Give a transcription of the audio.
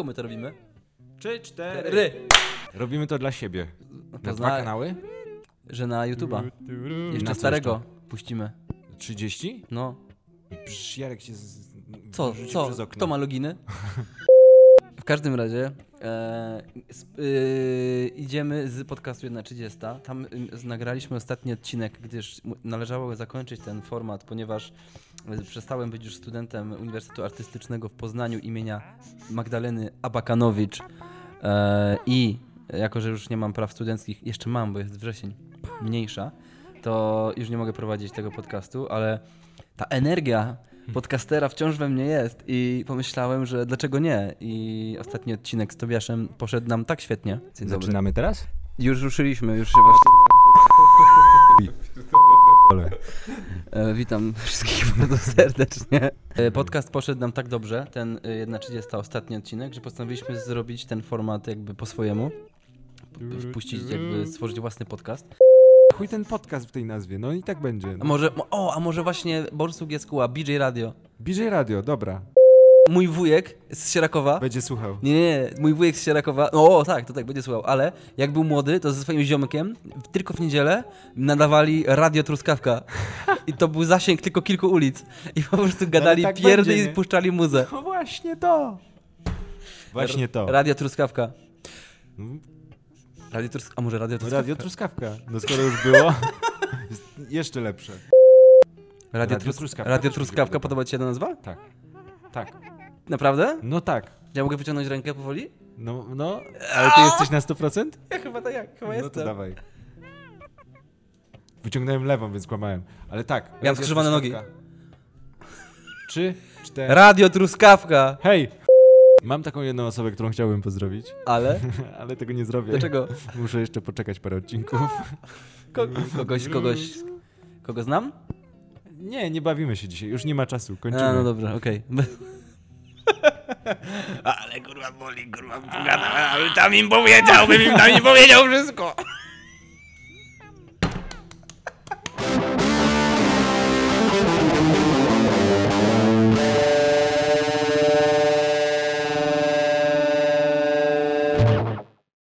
kogo my to robimy? 3, 4. Robimy to dla siebie. Na 2 kanały? Że na YouTube'a. Jeszcze starego puścimy. 30? No. Przecież Jarek się Co? Kto ma loginy? W każdym razie idziemy z podcastu 1.30. Tam nagraliśmy ostatni odcinek, gdyż należało zakończyć ten format, ponieważ przestałem być już studentem Uniwersytetu Artystycznego w Poznaniu imienia Magdaleny Abakanowicz i jako, że już nie mam praw studenckich, jeszcze mam, bo jest wrzesień, mniejsza, to już nie mogę prowadzić tego podcastu, ale ta energia podcastera wciąż we mnie jest i pomyślałem, że dlaczego nie? I ostatni odcinek z Tobiaszem poszedł nam tak świetnie. Zaczynamy teraz? Już ruszyliśmy, już się właśnie... Witam wszystkich bardzo serdecznie. Podcast poszedł nam tak dobrze, ten 1.30 ostatni odcinek, że postanowiliśmy zrobić ten format jakby po swojemu. Wpuścić, jakby stworzyć własny podcast. Chuj ten podcast w tej nazwie, no i tak będzie. No. A może właśnie Borsuk Jaskuła, BJ Radio. BJ Radio, dobra. Mój wujek z Sierakowa. Będzie słuchał. Nie, mój wujek z Sierakowa. O, tak, to tak, będzie słuchał, ale jak był młody, to ze swoim ziomkiem tylko w niedzielę nadawali Radio Truskawka. I to był zasięg tylko kilku ulic. I po prostu gadali tak pierdy będzie, i puszczali muzę. No właśnie to. Właśnie to. Radio Truskawka. A może Radio Truskawka? Radio Truskawka. No skoro już było, jest jeszcze lepsze. Radio Truskawka, podoba ci się ta nazwa? Tak. Tak. Naprawdę? No tak. Ja mogę wyciągnąć rękę powoli? No. Ale ty jesteś na 100%? Ja chyba tak, chyba jestem. No to dawaj. Wyciągnąłem lewą, więc kłamałem. Ale tak. Ja mam skrzyżowane nogi. 3, 4. Radio Truskawka! Hej! Mam taką jedną osobę, którą chciałbym pozdrowić. Ale? Ale tego nie zrobię. Dlaczego? Muszę jeszcze poczekać parę odcinków. Kogo znam? Nie bawimy się dzisiaj. Już nie ma czasu. Kończymy. No dobra, okej. Ale kurwa boli, kurwa pogadałem, ale tam im powiedział wszystko.